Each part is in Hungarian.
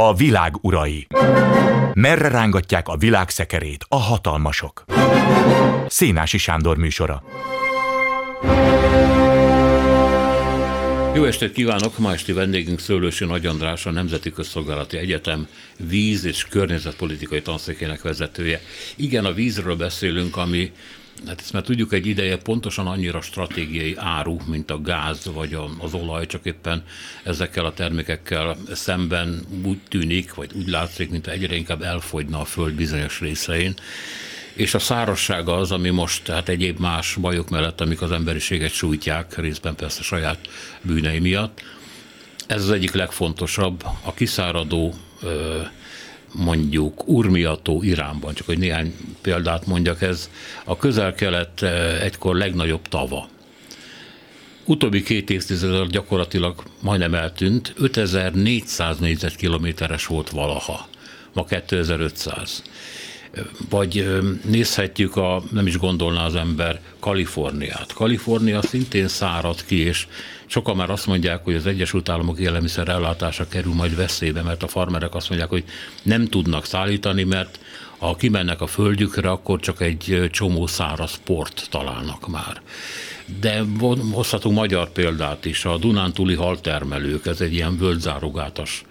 A világ urai. Merre rángatják a világ szekerét a hatalmasok? Szénási Sándor műsora. Jó estét kívánok! Ma esti vendégünk Szőlősi Nagy András, a Nemzeti Közszolgálati Egyetem víz- és környezetpolitikai tanszékének vezetője. Igen, a vízről beszélünk, ami, hát ezt már tudjuk egy ideje, pontosan annyira stratégiai áru, mint a gáz vagy az olaj, csak éppen ezekkel a termékekkel szemben úgy tűnik, vagy úgy látszik, mint egyre inkább elfogyna a föld bizonyos részein. És a szárazság az, ami most, tehát egyéb más bajok mellett, amik az emberiséget sújtják, részben persze saját bűnei miatt. Ez az egyik legfontosabb, a kiszáradó, mondjuk Urmiató Iránban, csak hogy néhány példát mondjak, ez a Közel-Kelet egykor legnagyobb tava. Utóbbi 2 évtized gyakorlatilag majdnem eltűnt, 5400 négyzetkilométeres volt valaha, ma 2500. Vagy nézhetjük nem is gondolná az ember, Kaliforniát. Kalifornia szintén szárad ki, és sokan már azt mondják, hogy az Egyesült Államok élelmiszer ellátása kerül majd veszélybe, mert a farmerek azt mondják, hogy nem tudnak szállítani, mert ha kimennek a földjükre, akkor csak egy csomó száraz port találnak már. De hozhatunk magyar példát is, a dunántúli haltermelők, ez egy ilyen völgyzárogátas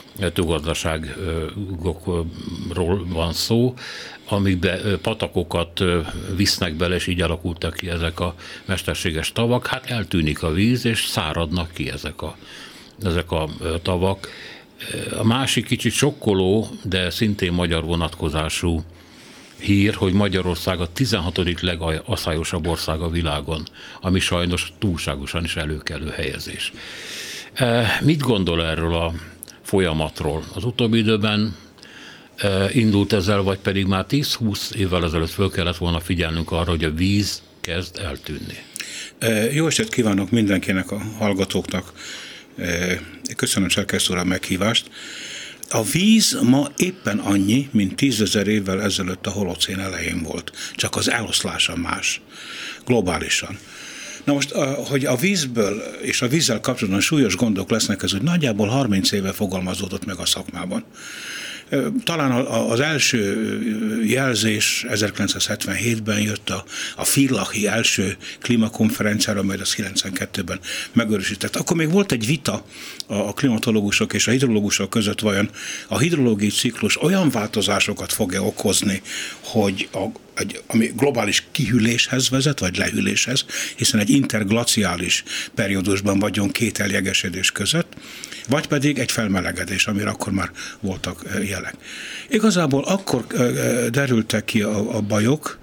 gazdaságról van szó, amikbe patakokat visznek bele, és így alakultak ki ezek a mesterséges tavak. Hát eltűnik a víz, és száradnak ki ezek a tavak. A másik kicsit sokkoló, de szintén magyar vonatkozású hír, hogy Magyarország a 16. legaszályosabb ország a világon, ami sajnos túlságosan is előkelő helyezés. Mit gondol erről a folyamatról? Az utóbbi időben indult ezzel, vagy pedig már 10-20 évvel ezelőtt föl kellett volna figyelnünk arra, hogy a víz kezd eltűnni. Jó estét kívánok mindenkinek, a hallgatóknak. Köszönöm, Cserkész úr, a meghívást. A víz ma éppen annyi, mint 10 000 évvel ezelőtt a holocén elején volt. Csak az eloszlása más, globálisan. Na most, hogy a vízből és a vízzel kapcsolatban súlyos gondok lesznek, ez úgy nagyjából 30 éve fogalmazódott meg a szakmában. Talán az első jelzés 1977-ben jött a Villachi első klímakonferenciára, majd az 92-ben megörösített. Akkor még volt egy vita a klimatológusok és a hidrológusok között, vajon a hidrológiai ciklus olyan változásokat fog-e okozni, hogy ami globális kihűléshez vezet, vagy lehűléshez, hiszen egy interglaciális periódusban vagyunk 2 eljegesedés között, vagy pedig egy felmelegedés, amire akkor már voltak jelek. Igazából akkor derültek ki a bajok,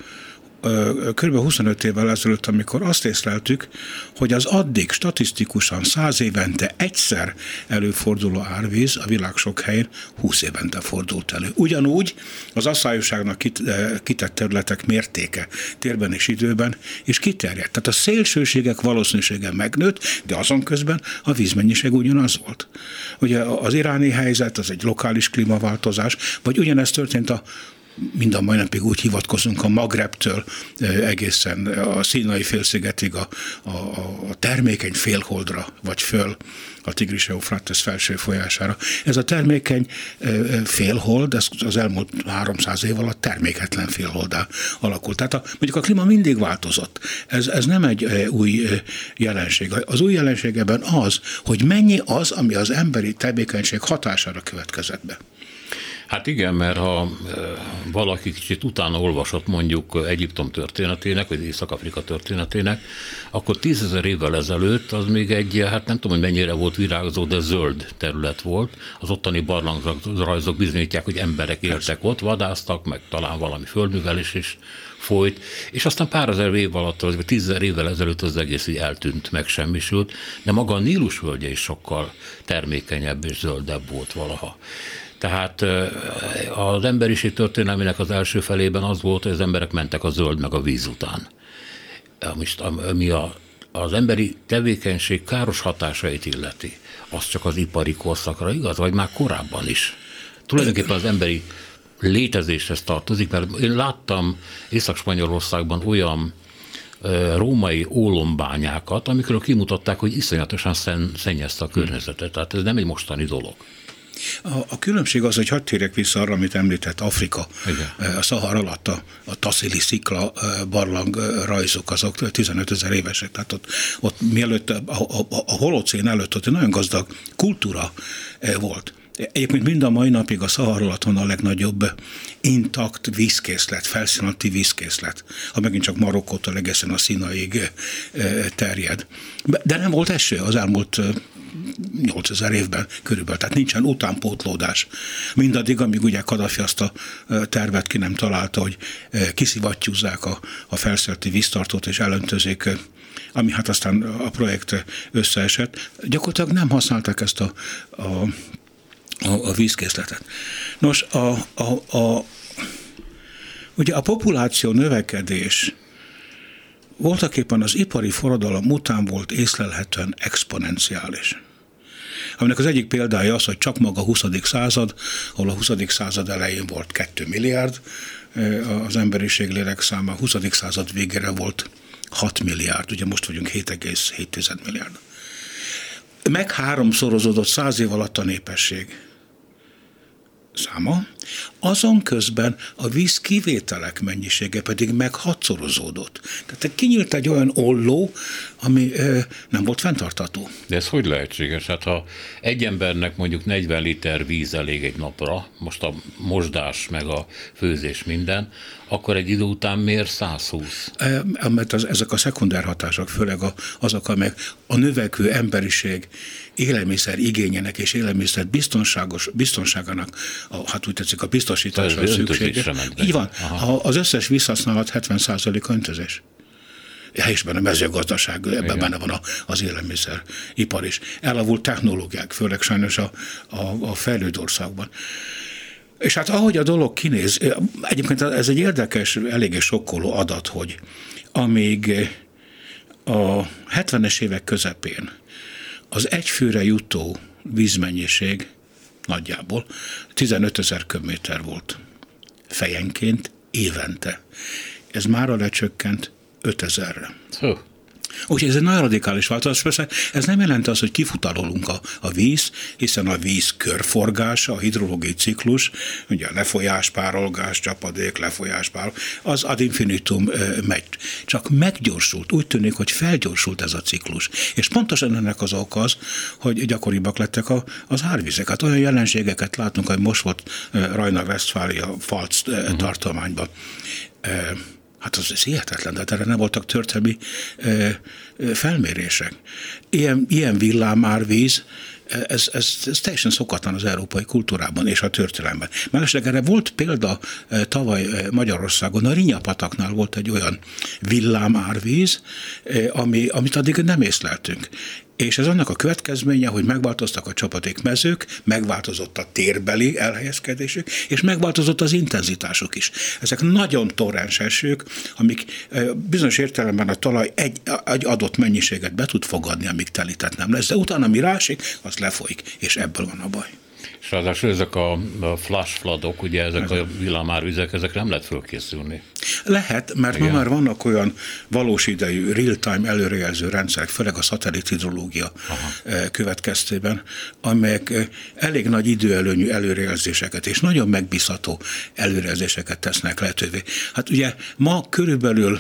kb. 25 évvel ezelőtt, amikor azt észleltük, hogy az addig statisztikusan 100 évente egyszer előforduló árvíz a világ sok helyén 20 évente fordult elő. Ugyanúgy az aszályosságnak kitett területek mértéke térben és időben is kiterjedt. Tehát a szélsőségek valószínűsége megnőtt, de azon közben a vízmennyiség ugyanaz volt. Ugye az iráni helyzet, az egy lokális klímaváltozás, vagy ugyanezt történt mind a mai napig úgy hivatkozunk a Magrebtől egészen a Színai félszigetig a termékeny félholdra, vagy föl a Tigris-Eufrates felső folyására. Ez a termékeny félhold, ez az elmúlt 300 év alatt terméketlen félholddá alakult. Tehát mondjuk a klíma mindig változott. Ez nem egy új jelenség. Az új jelenség ebben az, hogy mennyi az, ami az emberi tevékenység hatására következett be. Hát igen, mert ha valaki kicsit utána olvasott mondjuk Egyiptom történetének, vagy Észak-Afrika történetének, akkor 10 000 évvel ezelőtt az még egy, hát nem tudom, hogy mennyire volt virágzó, de zöld terület volt. Az ottani barlangrajzok bizonyítják, hogy emberek éltek ott, vadásztak, meg talán valami földművelés is folyt, és aztán pár ezer év alatt, vagy 10 000 évvel ezelőtt az egész így eltűnt, megsemmisült, de maga a Nílus völgye is sokkal termékenyebb és zöldebb volt valaha. Tehát az emberiség történelmének az első felében az volt, hogy az emberek mentek a zöld meg a víz után. Ami az emberi tevékenység káros hatásait illeti, az csak az ipari korszakra igaz, vagy már korábban is. Tulajdonképpen az emberi létezéshez tartozik, mert én láttam Észak-Spanyolországban olyan római ólombányákat, amikor kimutatták, hogy iszonyatosan szennyezte a környezetet. Tehát ez nem egy mostani dolog. A különbség az, hogy hadd térjek vissza arra, amit említett Afrika. Igen. A Szahara alatt a Tassili szikla barlang rajzok, azok 15 000 évesek. Tehát ott mielőtt, a holocén előtt ott egy nagyon gazdag kultúra volt. Egyébként mind a mai napig a Szahara alatt van a legnagyobb intakt vízkészlet, felszín alatti vízkészlet, ha megint csak Marokkótól egészen a Szinaig terjed. De nem volt eső az elmúlt 8000 évben körülbelül, tehát nincsen utánpótlódás. Mindaddig, amíg ugye Kadhafi azt a tervet ki nem találta, hogy kiszivattyúzzák a felszínalatti víztartót és elöntözik, ami hát aztán a projekt összeesett. Gyakorlatilag nem használták ezt a vízkészletet. Nos, ugye a populáció növekedés voltaképpen az ipari forradalom után volt észlelhetően exponenciális. Aminek az egyik példája az, hogy csak maga a 20. század, ahol a 20. század elején volt 2 milliárd az emberiség lélekszáma, a 20. század végére volt 6 milliárd, ugye most vagyunk 7,7 milliárd. Meg háromszorozódott 100 év alatt a népesség száma, azon közben a víz kivételek mennyisége pedig meg hatszorozódott. Tehát kinyílt egy olyan olló, ami nem volt fenntartható. De ez hogy lehetséges? Hát ha egy embernek mondjuk 40 liter víz elég egy napra, most a mosdás meg a főzés minden, akkor egy idő után miért 120? Mert ezek a szekunder hatások, főleg azok, amelyek a növekvő emberiség élelmiszer igényének és élelmiszer biztonságának, hát úgy tetszik, a biztosításra szükséges. Így van. Az összes vízhasználat 70% öntözés. És benne a mezőgazdaság, ebben benne van az élelmiszeripar is. Elavult technológiák, főleg sajnos a fejlődő országban. És hát ahogy a dolog kinéz, egyébként ez egy érdekes, eléggé sokkoló adat, hogy amíg a 70-es évek közepén az egyfőre jutó vízmennyiség nagyjából 15 000 köbméter volt fejenként évente. Ez mára lecsökkent 5000-re. Úgyhogy ez egy nagyon radikális változás. Persze ez nem jelenti azt, hogy kifutalolunk a víz, hiszen a víz körforgása, a hidrológiai ciklus, ugye a lefolyás, párolgás, csapadék, lefolyás, az ad infinitum megy. Csak meggyorsult, úgy tűnik, hogy felgyorsult ez a ciklus. És pontosan ennek az oka az, hogy gyakoribbak lettek az árvizek. Hát olyan jelenségeket látunk, hogy most volt Rajna-Westfália Pfalz tartományban. Hát az hihetetlen, de erre nem voltak történelmi felmérések. Ilyen villámárvíz, ez teljesen szokatlan az európai kultúrában és a történelemben. Mellesleg erre volt példa tavaly Magyarországon, a Rinya-pataknál volt egy olyan villámárvíz, amit addig nem észleltünk. És ez annak a következménye, hogy megváltoztak a csapadékmezők, megváltozott a térbeli elhelyezkedésük, és megváltozott az intenzitásuk is. Ezek nagyon torrens esők, amik bizonyos értelemben a talaj egy adott mennyiséget be tud fogadni, amíg telített nem lesz, de utána mi rásik, az lefolyik, és ebből van a baj. És ráadásul ezek a flash floodok, ugye ezek a villámárvizek, ezek nem lehet fölkészülni. Lehet, mert ma már vannak olyan valós idejű real-time előrejelző rendszerek, főleg a szatellit hidrológia következtében, amelyek elég nagy időelőnyű előrejelzéseket és nagyon megbízható előrejelzéseket tesznek lehetővé. Hát ugye ma körülbelül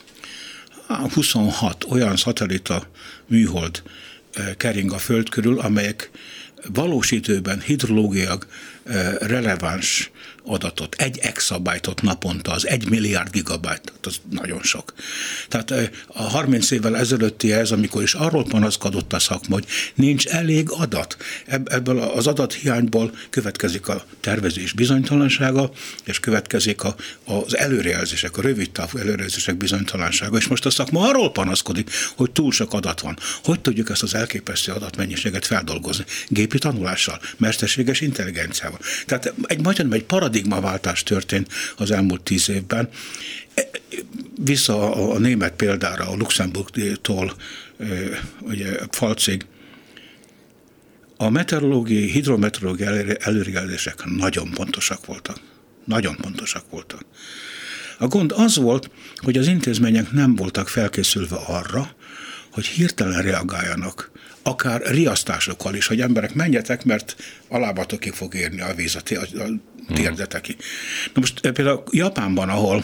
26 olyan szatellita műhold kering a Föld körül, amelyek valós időben hidrológiailag releváns adatot, 1 exabájtot naponta, az 1 milliárd gigabájt, az nagyon sok. Tehát a 30 évvel ezelőtti ez, amikor is arról panaszkodott a szakma, hogy nincs elég adat. Ebből az adathiányból következik a tervezés bizonytalansága, és következik az előrejelzések, a rövidtávú előrejelzések bizonytalansága. És most a szakma arról panaszkodik, hogy túl sok adat van. Hogy tudjuk ezt az elképesztő adatmennyiséget feldolgozni? Gépi tanulással, mesterséges intelligenciával. Tehát egy paradigmaváltás történt az elmúlt 10 évben. Vissza a német példára, a Luxemburgtól ugye Pfalzig. A meteorológiai, hidrometeorológiai előrejelzések nagyon pontosak voltak. Nagyon pontosak voltak. A gond az volt, hogy az intézmények nem voltak felkészülve arra, hogy hirtelen reagáljanak, akár riasztásokkal is, hogy emberek menjetek, mert a lábatokig fog érni a víz, a térdetekig. Na most például Japánban, ahol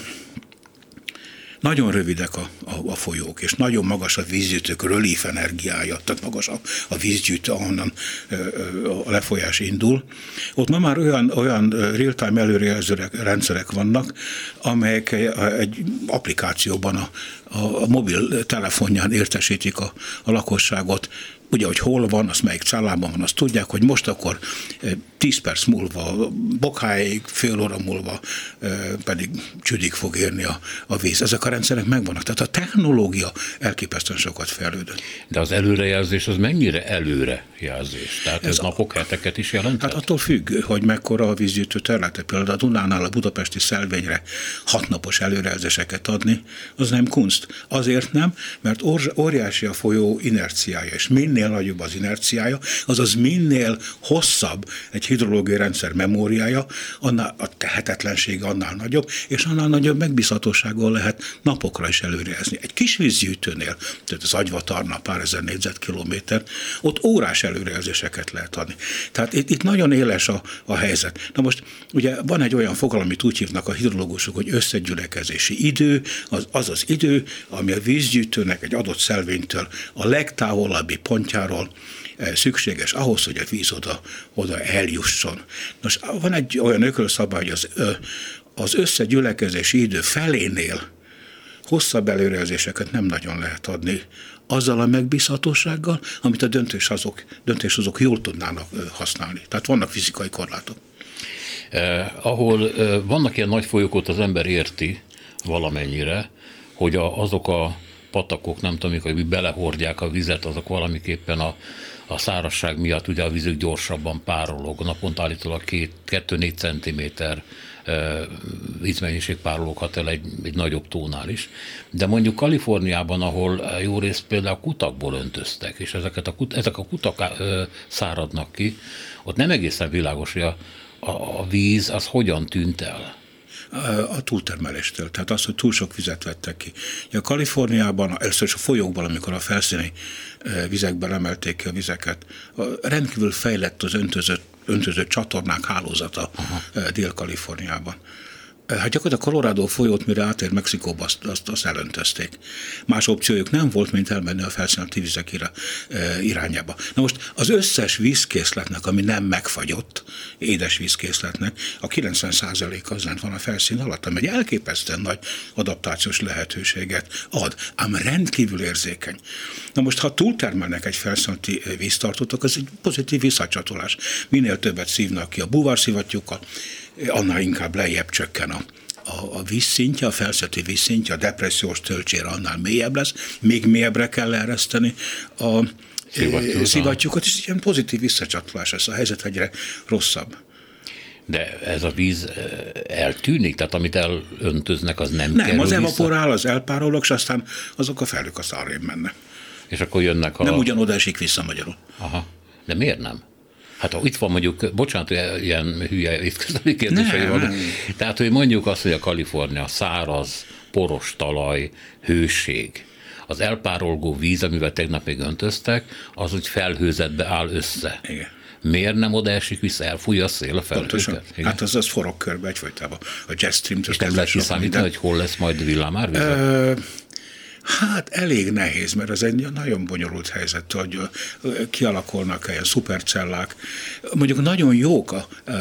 nagyon rövidek a folyók, és nagyon magas a vízgyűjtők relief energiája, tehát magas a vízgyűjtő, ahonnan a lefolyás indul. Ott ma már olyan real-time előrejelző rendszerek vannak, amelyek egy applikációban a mobil telefonján értesítik a lakosságot, ugye, hogy hol van, az melyik családban van, azt tudják, hogy most akkor 10 perc múlva, bokáig, fél óra múlva pedig csüdig fog érni a víz. Ezek a rendszerek megvannak. Tehát a technológia elképesztően sokat fejlődött. De az előrejelzés az mennyire előrejelzés? Tehát ez napok, heteket is jelent? Hát attól függ, hogy mekkora a vízgyűjtő területe. Például a Dunánál a budapesti szelvényre 6 napos előrejelzéseket adni, az nem kunst. Azért nem, mert óriási a folyó inerciája, és minél nagyobb az inerciája, azaz minél hosszabb egy hidrológiai rendszer memóriája, annál a tehetetlensége annál nagyobb, és annál nagyobb megbízhatósággal lehet napokra is előrejelzni. Egy kis vízgyűjtőnél, tehát az Agyvatarna pár ezer négyzetkilométer, ott órás előrejelzéseket lehet adni. Tehát itt nagyon éles a helyzet. Na most ugye van egy olyan fogalom, amit úgy hívnak a hidrológusok, hogy összegyülekezési idő, az az idő, ami a vízgyűjtőnek egy adott szelvénytől a legtávolabbi pontjáról szükséges ahhoz, hogy a víz oda eljusson. Nos, van egy olyan ökölszabály, hogy az összegyülekezési idő felénél hosszabb előrejelzéseket nem nagyon lehet adni azzal a megbízhatósággal, amit a döntéshozók jól tudnának használni. Tehát vannak fizikai korlátok. Ahol vannak ilyen nagy folyók, ott az ember érti valamennyire, hogy azok a patakok, nem tudom, hogy belehordják a vizet, azok valamiképpen a szárazság miatt ugye a vízük gyorsabban párolog, naponta állítólag 2-4 centiméter vízmennyiség párologhat el egy nagyobb tónál is. De mondjuk Kaliforniában, ahol jó részt például kutakból öntöztek, és ezek a kutak száradnak ki, ott nem egészen világos, hogy a víz az hogyan tűnt el. A túltermeléstől, tehát az, hogy túl sok vizet vettek ki. A Kaliforniában, először is a folyókban, amikor a felszíni vizekben emelték ki a vizeket, rendkívül fejlett az öntözött csatornák hálózata Dél-Kaliforniában. Hát gyakorlatilag a Colorado folyót, mire átér Mexikóba, azt elöntözték. Más opciójuk nem volt, mint elmenni a felszínalatti vizek irányába. Na most az összes vízkészletnek, ami nem megfagyott, édes vízkészletnek, a 90% az lent van a felszín alatt, ami egy elképesztően nagy adaptációs lehetőséget ad, ám rendkívül érzékeny. Na most, ha túltermelnek egy felszínalatti víztartót, az egy pozitív visszacsatolás. Minél többet szívnak ki a búvárszivattyúkkal, annál inkább lejjebb csökken a vízszintje, a felszínalatti vízszintje, a depressziós töltsére annál mélyebb lesz, még mélyebbre kell ereszteni a szivattyúkat, és ilyen pozitív visszacsatolás lesz, a helyzet egyre rosszabb. De ez a víz eltűnik? Tehát amit elöntöznek, az nem kerül az vissza? evaporál, az elpárolog, és aztán azok a felhők az arrébb mennek. És akkor jönnek Nem ugyanoda esik vissza magyarul. Aha. De miért nem? Hát itt van mondjuk, bocsánat, ilyen hülye étkezeli kérdései vannak. Tehát, hogy mondjuk azt, hogy a Kalifornia száraz, poros talaj, hőség, az elpárolgó víz, amivel tegnap még öntöztek, az úgy felhőzetbe áll össze. Igen. Miért nem oda esik vissza, elfújja a szél a felhőket? Hát az forog körbe egyfolytában. A jet stream. És nem lehet kiszámítani, hogy hol lesz majd villámárvíz? Hát elég nehéz, mert ez egy nagyon bonyolult helyzet, hogy kialakulnak ilyen szupercellák. Mondjuk nagyon jók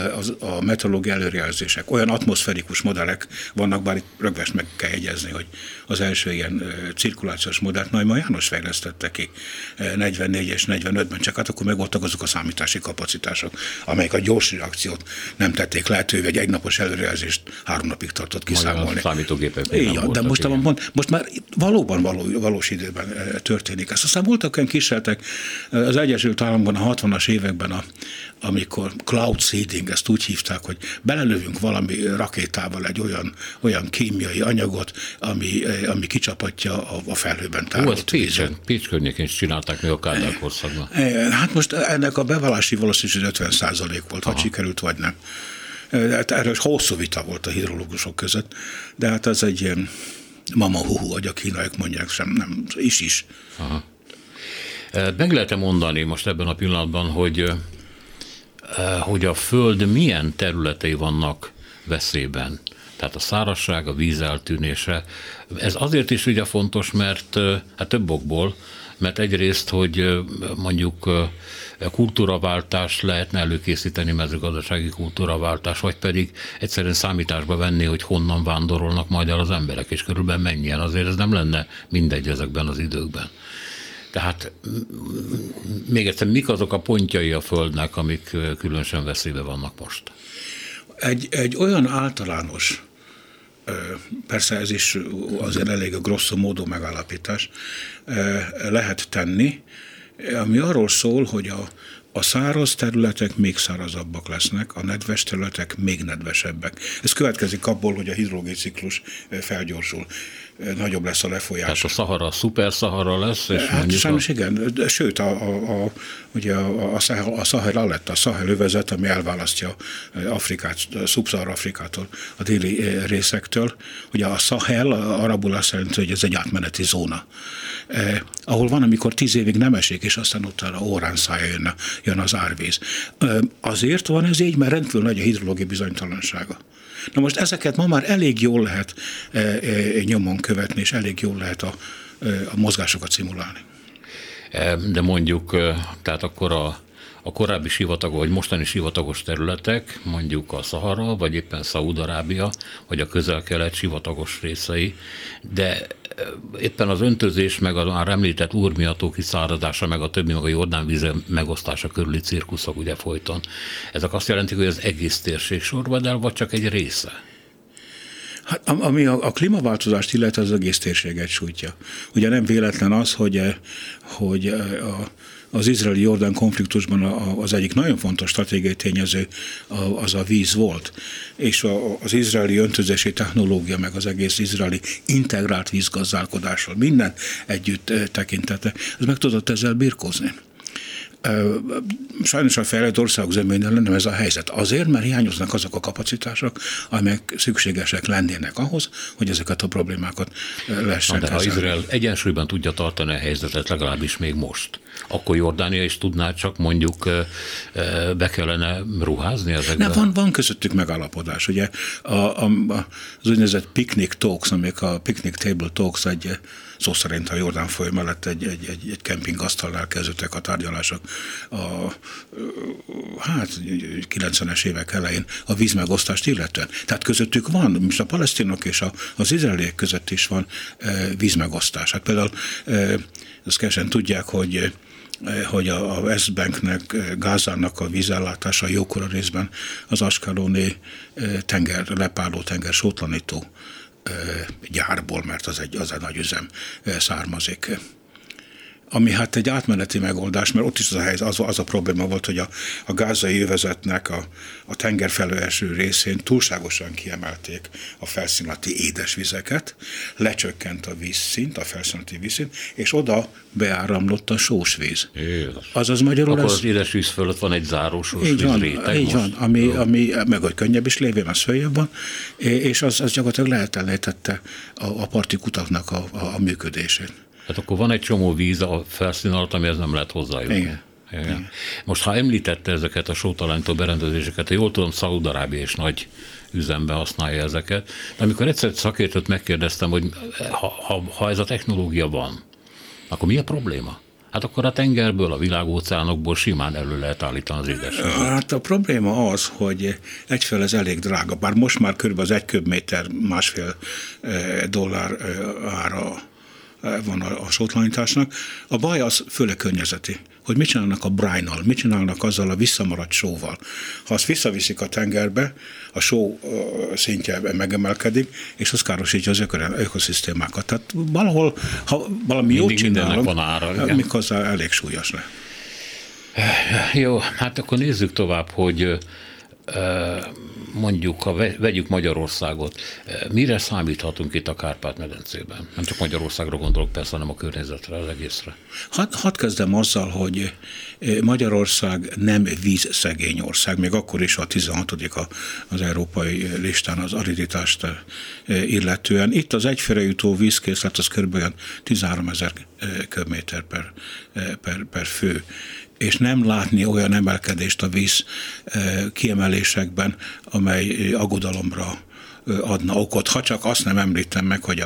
a meteorológiai előrejelzések, olyan atmoszferikus modellek vannak, bár itt rögvest meg kell jegyezni, hogy az első ilyen cirkulációs modellt Neumann János fejlesztette ki 44 és 45-ben, csak hát akkor meg voltak azok a számítási kapacitások, amelyek a gyors reakciót nem tették lehetővé, egy egynapos előrejelzést 3 napig tartott kiszámolni. De most már valóban valós időben történik. Ezt aztán voltak olyan kísérletek az Egyesült Államokban a 60-as években, amikor cloud seeding, ezt úgy hívták, hogy belelövünk valami rakétával egy olyan kémiai anyagot, ami kicsapatja a felhőben tárolt vízet. Pécs környékén is csinálták még a Kádár korszakban. Hát most ennek a bevallási valószínűség 50% volt, vagy sikerült, vagy nem. Erről hosszú vita volt a hidrológusok között, de hát ez egy ilyen mama huhu, ahogy a kínaiak mondják, sem nem is. Aha. Meg lehet mondani most ebben a pillanatban, hogy a Föld milyen területei vannak veszélyben? Tehát a szárazság, a víz eltűnése. Ez azért is ugye fontos, mert hát több okból, mert egyrészt, hogy mondjuk kultúraváltást lehetne előkészíteni, mezőgazdasági kultúraváltás, vagy pedig egyszerűen számításba venni, hogy honnan vándorolnak majd el az emberek, és körülbelül mennyien. Azért ez nem lenne mindegy ezekben az időkben. Tehát még egyszer, mik azok a pontjai a Földnek, amik különösen veszélybe vannak most? Egy olyan általános, persze ez is azért elég a grosso modo megállapítás, lehet tenni, ami arról szól, hogy a száraz területek még szárazabbak lesznek, a nedves területek még nedvesebbek. Ez következik abból, hogy a hidrológiai ciklus felgyorsul, nagyobb lesz a lefolyás. Tehát a Szahara szuper-Szahara lesz? És hát sajnos igen, sőt, ugye a Szahel lett a Szahel övezet, ami elválasztja Afrikát, Szubszahara Afrikától, a déli részektől. Ugye a Szahel arabul azt jelenti, hogy ez egy átmeneti zóna, ahol van, amikor 10 évig nem esik, és aztán utána órán szája jön az árvíz. Azért van ez így, mert rendkívül nagy a hidrológiai bizonytalansága. Na most ezeket ma már elég jól lehet nyomon követni, és elég jól lehet a mozgásokat szimulálni. De mondjuk, tehát akkor a korábbi sivatagos, vagy mostani sivatagos területek, mondjuk a Szahara, vagy éppen Szaúd-Arábia, vagy a közel-kelet sivatagos részei, de éppen az öntözés, meg a már említett Urmia-tó kiszáradása, meg a többi, meg a Jordán víze megosztása körüli cirkuszok ugye folyton. Ezek azt jelentik, hogy az egész térség sorvad el, vagy csak egy része? Hát, ami a klímaváltozást illeti, az egész térséget sújtja. Ugye nem véletlen az, hogy az izraeli-jordán konfliktusban az egyik nagyon fontos stratégiai tényező az a víz volt. És az izraeli öntözési technológia, meg az egész izraeli integrált vízgazdálkodásról minden együtt tekintete, ez meg tudott ezzel birkózni. Sajnos a fejlett országok zömében nem ez a helyzet. Azért, mert hiányoznak azok a kapacitások, amelyek szükségesek lennének ahhoz, hogy ezeket a problémákat lehessen kezelni. De ha Izrael egyensúlyban tudja tartani a helyzetet, legalábbis még most, akkor Jordánia is tudná, csak mondjuk be kellene ruházni ezekben? Van közöttük megállapodás. Ugye az úgynevezett picnic talks, amik a picnic table talks, szó szerint a Jordán folyó mellett egy kempingasztalnál kezdődtek a tárgyalások 90-es évek elején a vízmegosztást illetően. Tehát közöttük van, most a palesztinok és az izraeliek között is van vízmegosztás. Hát például ezt kevesen tudják, hogy a West Banknek, Gázának a vízellátása jókora részben az Askeloni lepáló tenger sótlanító gyárból, mert az egy nagy üzem származik. Ami hát egy átmeneti megoldás, mert ott is az a probléma volt, hogy a gázai övezetnek a tenger felől eső részén túlságosan kiemelték a felszínalatti édesvizeket, lecsökkent a vízszint, a felszínalatti vízszint, és oda beáramlott a sósvíz. Azaz magyarul akkor az édesvíz fölött van egy záró sósvíz réteg. Így van, ami meg hogy könnyebb is lévén, az följebb van, és az gyakorlatilag lehetetlenítette a parti kutaknak a működését. Hát akkor van egy csomó víz a felszín alatt, amihez nem lehet hozzájutni. Igen. Most, ha említette ezeket a sótalanító berendezéseket, jól tudom, Szaúd-Arábia is nagy üzemben használja ezeket, de amikor egyszer szakértőt megkérdeztem, hogy ha ez a technológia van, akkor mi a probléma? Hát akkor a tengerből, a világóceánokból simán elő lehet állítani az édesvizet. Hát a probléma az, hogy egyfelől ez elég drága, bár most már körülbelül az 1 köbméter $1,5 ára van a sótlanításnak. A baj az főleg környezeti, hogy mit csinálnak a brine-nal, mit csinálnak azzal a visszamaradt sóval. Ha azt visszaviszik a tengerbe, a só szintje megemelkedik, és az károsítja az ökoszisztémákat. Tehát valahol, ha valami jót csinálunk, van ára, amikor elég súlyos le. Jó, hát akkor nézzük tovább, hogy mondjuk, ha vegyük Magyarországot, mire számíthatunk itt a Kárpát-medencében? Nem csak Magyarországra gondolok persze, hanem a környezetre, az egészre. Hadd kezdem azzal, hogy Magyarország nem vízszegény ország, még akkor is a 16. az európai listán az ariditást illetően. Itt az egyfőre jutó vízkészlet az kb. 13 000 köbméter per fő, és nem látni olyan emelkedést a víz kiemelésekben, amely aggodalomra adna okot. Ha csak azt nem említem meg, hogy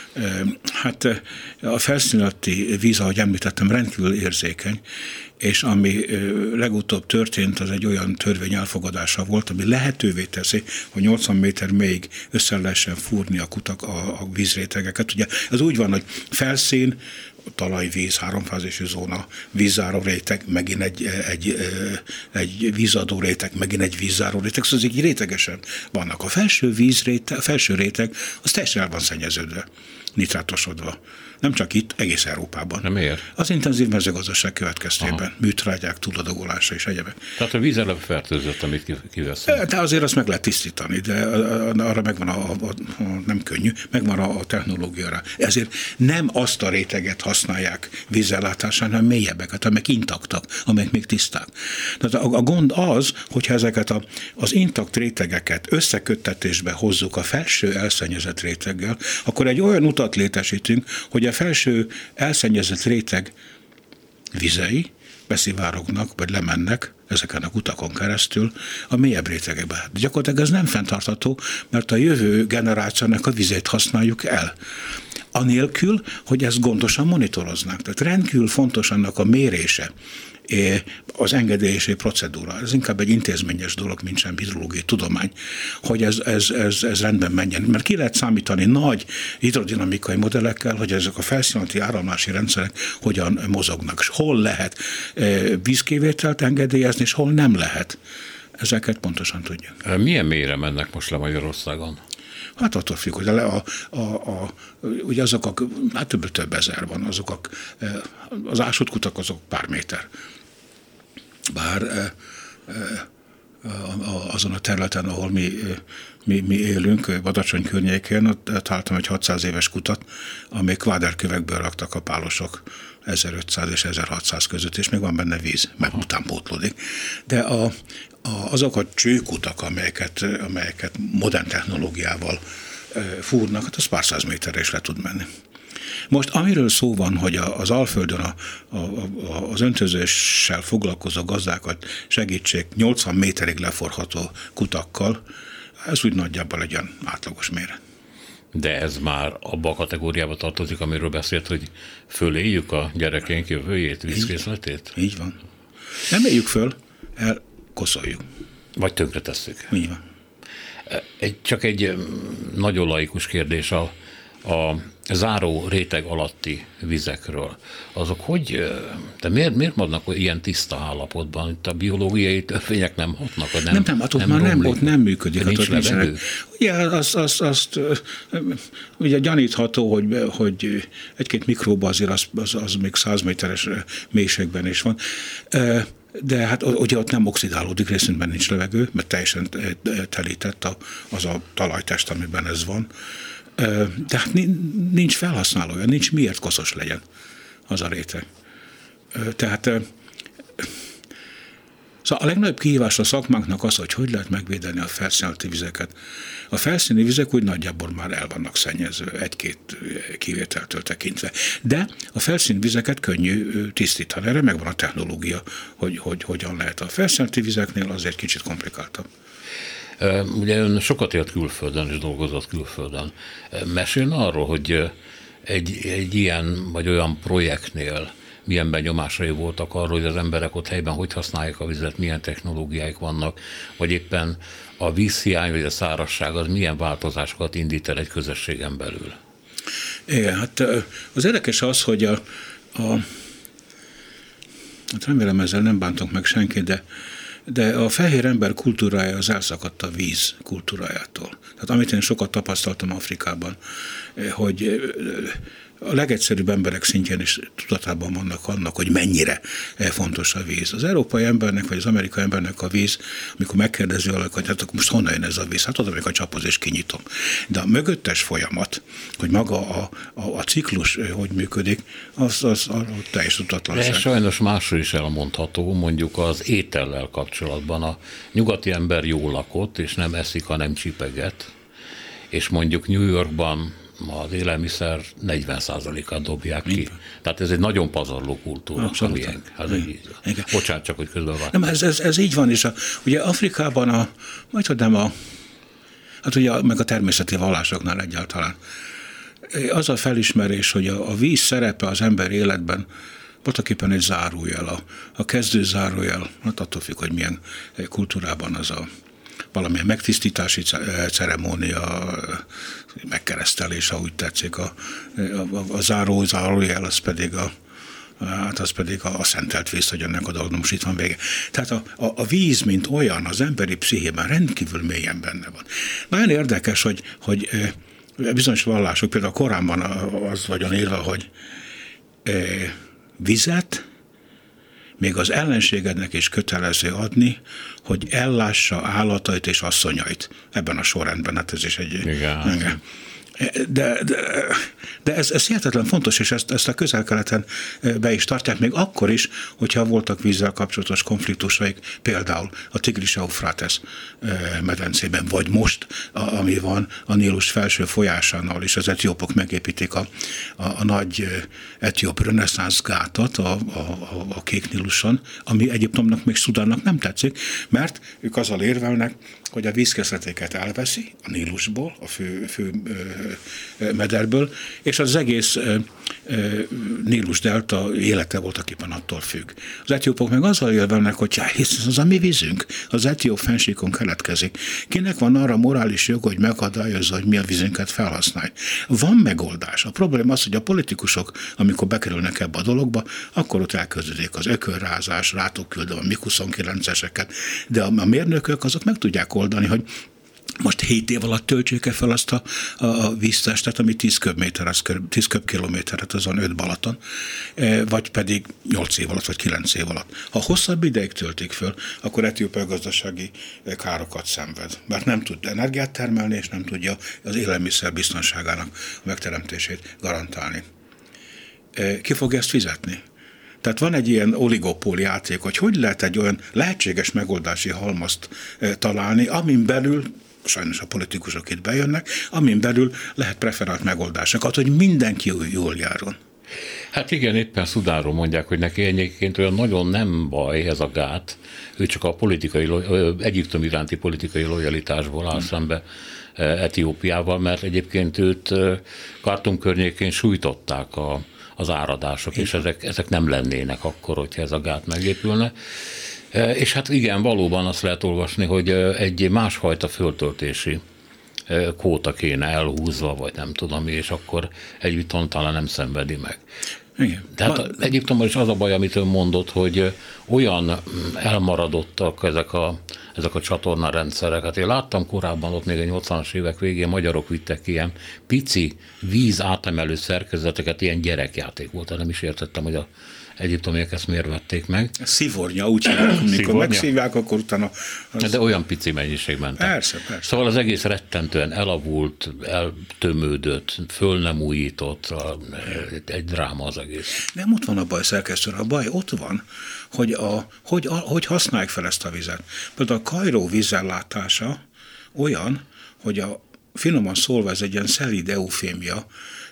a felszínalatti víz, ahogy említettem, rendkívül érzékeny, és ami legutóbb történt, az egy olyan törvény elfogadása volt, ami lehetővé teszi, hogy 80 méter mélyig össze lehessen fúrni a kutak, a vízrétegeket. Ugye ez úgy van, hogy felszín, talajvíz, háromfázisú zóna, vízzáró réteg, megint egy vízadó réteg, megint egy vízzáró réteg, szóval így rétegesen vannak. A felső réteg, az teljesen el van szennyeződve, nitrátosodva. Nem csak itt, egész Európában. Nem miért? Az intenzív mezőgazdaság következtében, műtrágyák túladagolása és egyebek. Tehát a víz eleve fertőzött, amit kiveszünk. De azért azt meg lehet tisztítani, de arra megvan nem könnyű, megvan a technológiára. Ezért nem azt a réteget használják vízellátásán, hanem mélyebbeket, amelyek intaktak, amelyek még tiszták. Tehát a gond az, hogyha ezeket az intakt rétegeket összeköttetésbe hozzuk a felső elszennyezett réteggel, akkor egy olyan utat létesítünk, hogy a felső elszennyezett réteg vizei beszivárognak, vagy lemennek ezeken a utakon keresztül a mélyebb rétegekbe. De gyakorlatilag ez nem fenntartható, mert a jövő generációnak a vizét használjuk el. Anélkül, hogy ezt gondosan monitoroznánk. Tehát rendkívül fontos annak a mérése, az engedélyezési procedúra. Ez inkább egy intézményes dolog, mint sem hidrológiai tudomány, hogy ez rendben menjen. Mert ki lehet számítani nagy hidrodinamikai modellekkel, hogy ezek a felszínalatti áramlási rendszerek hogyan mozognak, és hol lehet vízkivételt engedélyezni, és hol nem lehet. Ezeket pontosan tudjuk. Milyen mélyre mennek most le Magyarországon? Hát attól függ, hogy ugye azok több ezer van, az ásott kutak azok pár méter. Bár azon a területen, ahol mi élünk, Badacsony környékén, ott találtam egy 600 éves kutat, amely kvádárkövekből raktak a pálosok 1500 és 1600 között, és még van benne víz, mert utánpótlódik. De azok a csőkutak, amelyeket modern technológiával fúrnak, hát az pár száz méterre is le tud menni. Most amiről szó van, hogy az Alföldön az öntözéssel foglalkozó gazdákat segítsék 80 méterig leforható kutakkal, ez úgy nagyjából egy olyan átlagos méret. De ez már abba a kategóriába tartozik, amiről beszélt, hogy föléljük a gyerekeink jövőjét, vízkészletét? Így van. Nem éljük föl, elkoszoljuk. Vagy tönkretesszük. Így van. Csak egy nagyon laikus kérdés a záró réteg alatti vizekről. Azok de miért vannak ilyen tiszta állapotban? Itt a biológiai törvények nem hatnak? Ott nem működik. Nincs levegő? Ugye ugye gyanítható, hogy egy-két mikróba azért az még 100 méteres mélységben is van. De hát ugye ott nem oxidálódik, részünkben nincs levegő, mert teljesen telített az a talajtest, amiben ez van. De hát nincs felhasználója, nincs miért koszos legyen az a réteg. Tehát szóval a legnagyobb kihívás a szakmánknak az, hogy lehet megvédeni a felszínalatti vizeket. A felszíni vizek úgy nagyjából már el vannak szennyezve, egy-két kivételtől tekintve. De a felszíni vizeket könnyű tisztítani. Erre megvan a technológia, hogy hogyan lehet. A felszínalatti vizeknél azért kicsit komplikáltabb. Ugye ön sokat élt külföldön és dolgozott külföldön. Mesélne arról, hogy egy ilyen vagy olyan projektnél milyen benyomásai voltak arról, hogy az emberek ott helyben hogy használják a vizet, milyen technológiáik vannak, vagy éppen a vízhiány vagy a szárazság az milyen változásokat indít el egy közösségen belül? Igen, hát az érdekes az, hogy hát remélem ezzel nem bántunk meg senkit, de a fehér ember kultúrája az elszakadt a víz kultúrájától. Tehát amit én sokat tapasztaltam Afrikában, hogy a legegyszerűbb emberek szintjén is tudatában vannak annak, hogy mennyire fontos a víz. Az európai embernek, vagy az amerikai embernek a víz, amikor megkérdezi valaki, hogy hát akkor most honnan jön ez a víz? Hát oda még a csaphoz és kinyitom. De a mögöttes folyamat, hogy maga a ciklus hogy működik, az teljes tudatlanság. De sajnos másról is elmondható, mondjuk az étellel kapcsolatban. A nyugati ember jól lakott, és nem eszik, hanem csipeget. És mondjuk New Yorkban az élelmiszer 40%-át dobják ki. Tehát ez egy nagyon pazarló kultúra. Bocsánat, csak hogy közben van. Nem, ez így van, és ugye Afrikában meg a természeti vallásoknál egyáltalán az a felismerés, hogy a víz szerepe az ember életben voltaképpen egy zárójel, a kezdő zárójel, hát attól függ, hogy milyen kultúrában az valamilyen megtisztítási ceremónia, megkeresztelés, ha úgy tetszik, a zárójel, az pedig a szentelt víz, hogy ennek a dolognak most itt van vége. Tehát a víz, mint olyan, az emberi pszichében rendkívül mélyen benne van. Nagyon érdekes, hogy bizonyos vallások, például a Koránban az vagyon írva, hogy vizet még az ellenségednek is kötelező adni, hogy ellássa állatait és asszonyait. Ebben a sorrendben, hát ez is egy... Igen. De ez hihetetlen fontos, és ezt a Közel-Keleten be is tartják, még akkor is, hogyha voltak vízzel kapcsolatos konfliktusaik, például a Tigris-Eufrátesz medencében, vagy most, ami van a Nílus felső folyásánál, és az etiópok megépítik a nagy etióp reneszánsz gátat a Kék Níluson, ami Egyiptomnak még Szudánnak nem tetszik, mert ők azzal érvelnek, hogy a vízkészletéket elveszi a Nílusból, a fő mederből, és az egész Nílus delta élete voltaképpen attól függ. Az etiópok meg azzal élvelnek, hogy hisz az a mi vízünk, az etióp fennsíkon keletkezik. Kinek van arra morális jog, hogy megakadályozza, hogy mi a vízünket felhasználj? Van megoldás. A probléma az, hogy a politikusok, amikor bekerülnek ebbe a dologba, akkor ott elkezdődik az ökörrázás, rátok küldöm a MiG-29-eseket, de a mérnökök azok meg tudják oldani, hogy most 7 év alatt töltsék fel azt a víztestet, ami 10 köbkilométeret, azon 5 Balaton, vagy pedig 8 év alatt, vagy 9 év alatt. Ha hosszabb ideig töltik föl, akkor Etiópia gazdasági károkat szenved, mert nem tud energiát termelni, és nem tudja az élelmiszer biztonságának megteremtését garantálni. Ki fogja ezt fizetni? Tehát van egy ilyen oligopól játék, hogy lehet egy olyan lehetséges megoldási halmazt találni, amin belül, sajnos a politikusok itt bejönnek, amin belül lehet preferált megoldásokat, hogy mindenki jól járjon. Hát igen, éppen Szudánról mondják, hogy neki egyébként olyan nagyon nem baj ez a gát, ő csak a Egyiptom iránti politikai lojalitásból áll szembe Etiópiával, mert egyébként őt Khartoum környékén sújtották az áradások, és ezek nem lennének akkor, hogyha ez a gát megépülne. És hát igen, valóban azt lehet olvasni, hogy egy másfajta föltöltési kóta kéne elhúzva, vagy nem tudom, és akkor Egyiptom talán nem szenvedi meg. Igen. Tehát Egyiptomban is az a baj, amit ön mondott, hogy olyan elmaradottak ezek a csatornarendszerek. Hát én láttam korábban ott még a 80-as évek végén magyarok vittek ilyen pici víz átemelő szerkezeteket, ilyen gyerekjáték volt, nem is értettem, hogy a egyiptomiak ezt miért vették meg. Szivornya, úgy hívják, amikor megszívják, akkor utána... De olyan pici mennyiség Persze. Szóval az egész rettentően elavult, eltömődött, föl nem újított, egy dráma az egész. Nem ott van a baj, szerkesztő, a baj ott van, hogy használják fel ezt a vizet. Például a Kairó vízellátása olyan, hogy finoman szólva ez egy ilyen szelíd eufémia,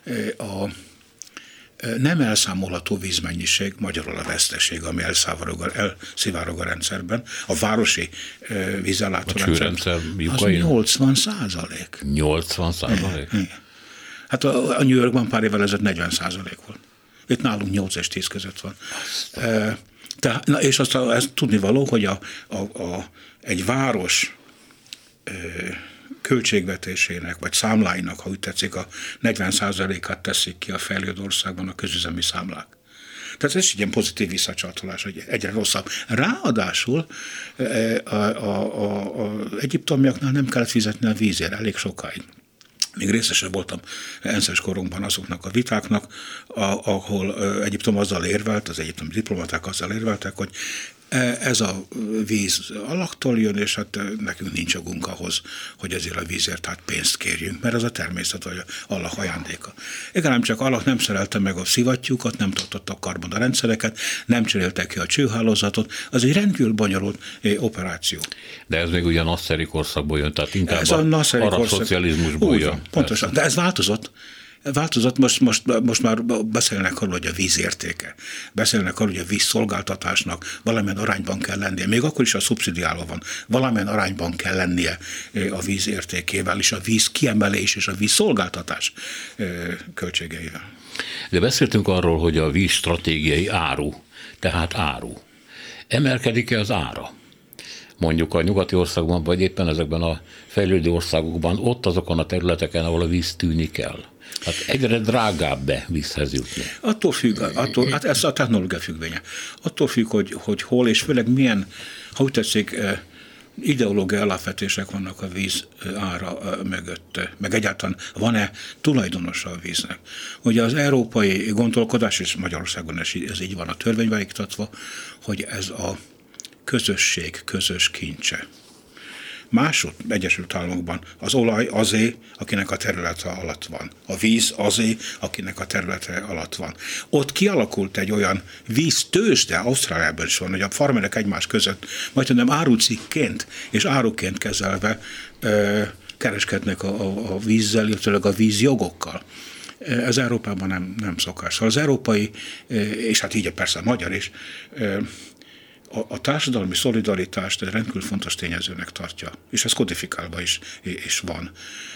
nem elszámolható vízmennyiség, magyarul a veszteség, ami elszivárog a rendszerben, a városi vízellátórendszerben, az 80%. 80%? Hát a New Yorkban pár évvel ezelőtt 40% volt. Itt nálunk 8 és 10 között van. És ezt tudnivaló, hogy egy város költségvetésének, vagy számláinak, ha úgy tetszik, a 40%-át teszik ki a fejlődő országban a közüzemi számlák. Tehát ez egy ilyen pozitív visszacsatolás, hogy egyre rosszabb. Ráadásul az egyiptomiaknál nem kellett fizetni a vízért elég sokáig. még részesen voltam ENSZ-es korunkban azoknak a vitáknak, ahol Egyiptom azzal érvelt, az egyiptomi diplomaták azzal érveltek, hogy ez a víz Allahtól jön, és hát nekünk nincs jogunk ahhoz, hogy ezért a vízért hát pénzt kérjünk, mert ez a természet, vagy Allah ajándéka. Igen, csak Allah nem szerelte meg a szivattyúkat, nem tartottak karban a rendszereket, nem cseréltek ki a csőhálózatot, az egy rendkívül bonyolult operáció. De ez még ugyan nasszeri korszakból jön, tehát inkább ez a arab szocializmusból jön. Pontosan, de ez változott. Most már beszélnek arról, hogy a víz értéke. Beszélnek arról, hogy a víz szolgáltatásnak valamilyen arányban kell lennie. Még akkor is a szubszidiálva van. Valamilyen arányban kell lennie a víz értékével, és a víz kiemelés és a víz szolgáltatás költségeivel. De beszéltünk arról, hogy a víz stratégiai áru, tehát áru. Emelkedik-e az ára? Mondjuk a nyugati országban, vagy éppen ezekben a fejlődő országokban, ott azokon a területeken, ahol a víz tűnik el. Hát egyre drágább vízhez jutni. Attól függ, hát ez a technológia függvénye. Attól függ, hogy hol, és főleg milyen, ha úgy tetszik, ideológiai alapvetések vannak a víz ára mögött, meg egyáltalán van-e tulajdonosa a víznek. Ugye az európai gondolkodás, és Magyarországon ez így van a törvényben iktatva, hogy ez a közösség közös kincse. Másod, Egyesült Államokban az olaj azé, akinek a területe alatt van. A víz azé, akinek a területe alatt van. Ott kialakult egy olyan víztőzsde, Ausztráliában is van, hogy a farmerek egymás között, majdnem árucikként és áruként kezelve kereskednek a vízzel, illetve a vízjogokkal. Ez Európában nem szokás. Szóval az európai, és hát így persze a magyar is, a társadalmi szolidaritást egy rendkívül fontos tényezőnek tartja, és ez kodifikálva is van.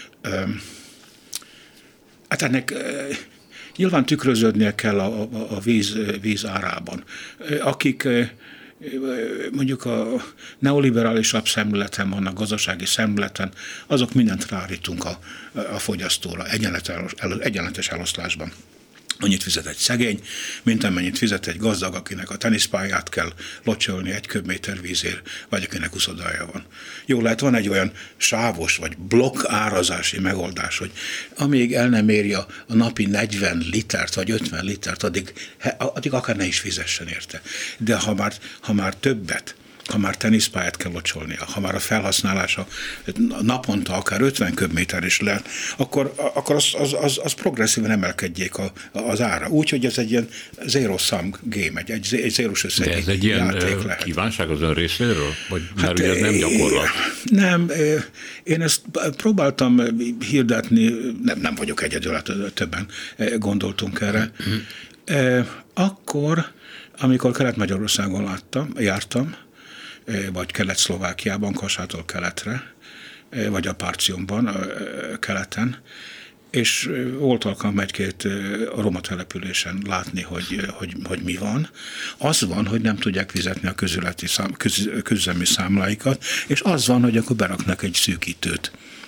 Hát ennek nyilván tükröződnie kell a víz árában. Akik mondjuk a neoliberálisabb szemléleten vannak, gazdasági szemléleten, azok mindent rárítunk a fogyasztóra, egyenletes eloszlásban. Annyit fizet egy szegény, mint amennyit fizet egy gazdag, akinek a teniszpályát kell locsolni egy köbméter vízért, vagy akinek uszodája van. Jó, lehet, van egy olyan sávos vagy blokk árazási megoldás, hogy amíg el nem éri a napi 40 litert vagy 50 litert, addig akár ne is fizessen érte. De ha már többet, ha már teniszpályát kell locsolnia, ha már a felhasználása naponta akár 50 köbméter is lehet, akkor az progresszíven emelkedjék az ára. Úgyhogy ez egy ilyen zero-sum game, egy zérós összegi játék lehet. De ez egy ilyen kívánság az ön részéről? Vagy mert ugye ez nem gyakorlat? Nem, én ezt próbáltam hirdetni, nem vagyok egyedül, többen gondoltunk erre. Akkor, amikor Kelet-Magyarországon jártam, vagy Kelet-Szlovákiában, Kassától keletre, vagy a Párcionban, keleten, és volt alkalom egy-két roma településen látni, hogy mi van. Az van, hogy nem tudják fizetni a közüzemi számláikat, és az van, hogy akkor beraknak egy szűkítőt.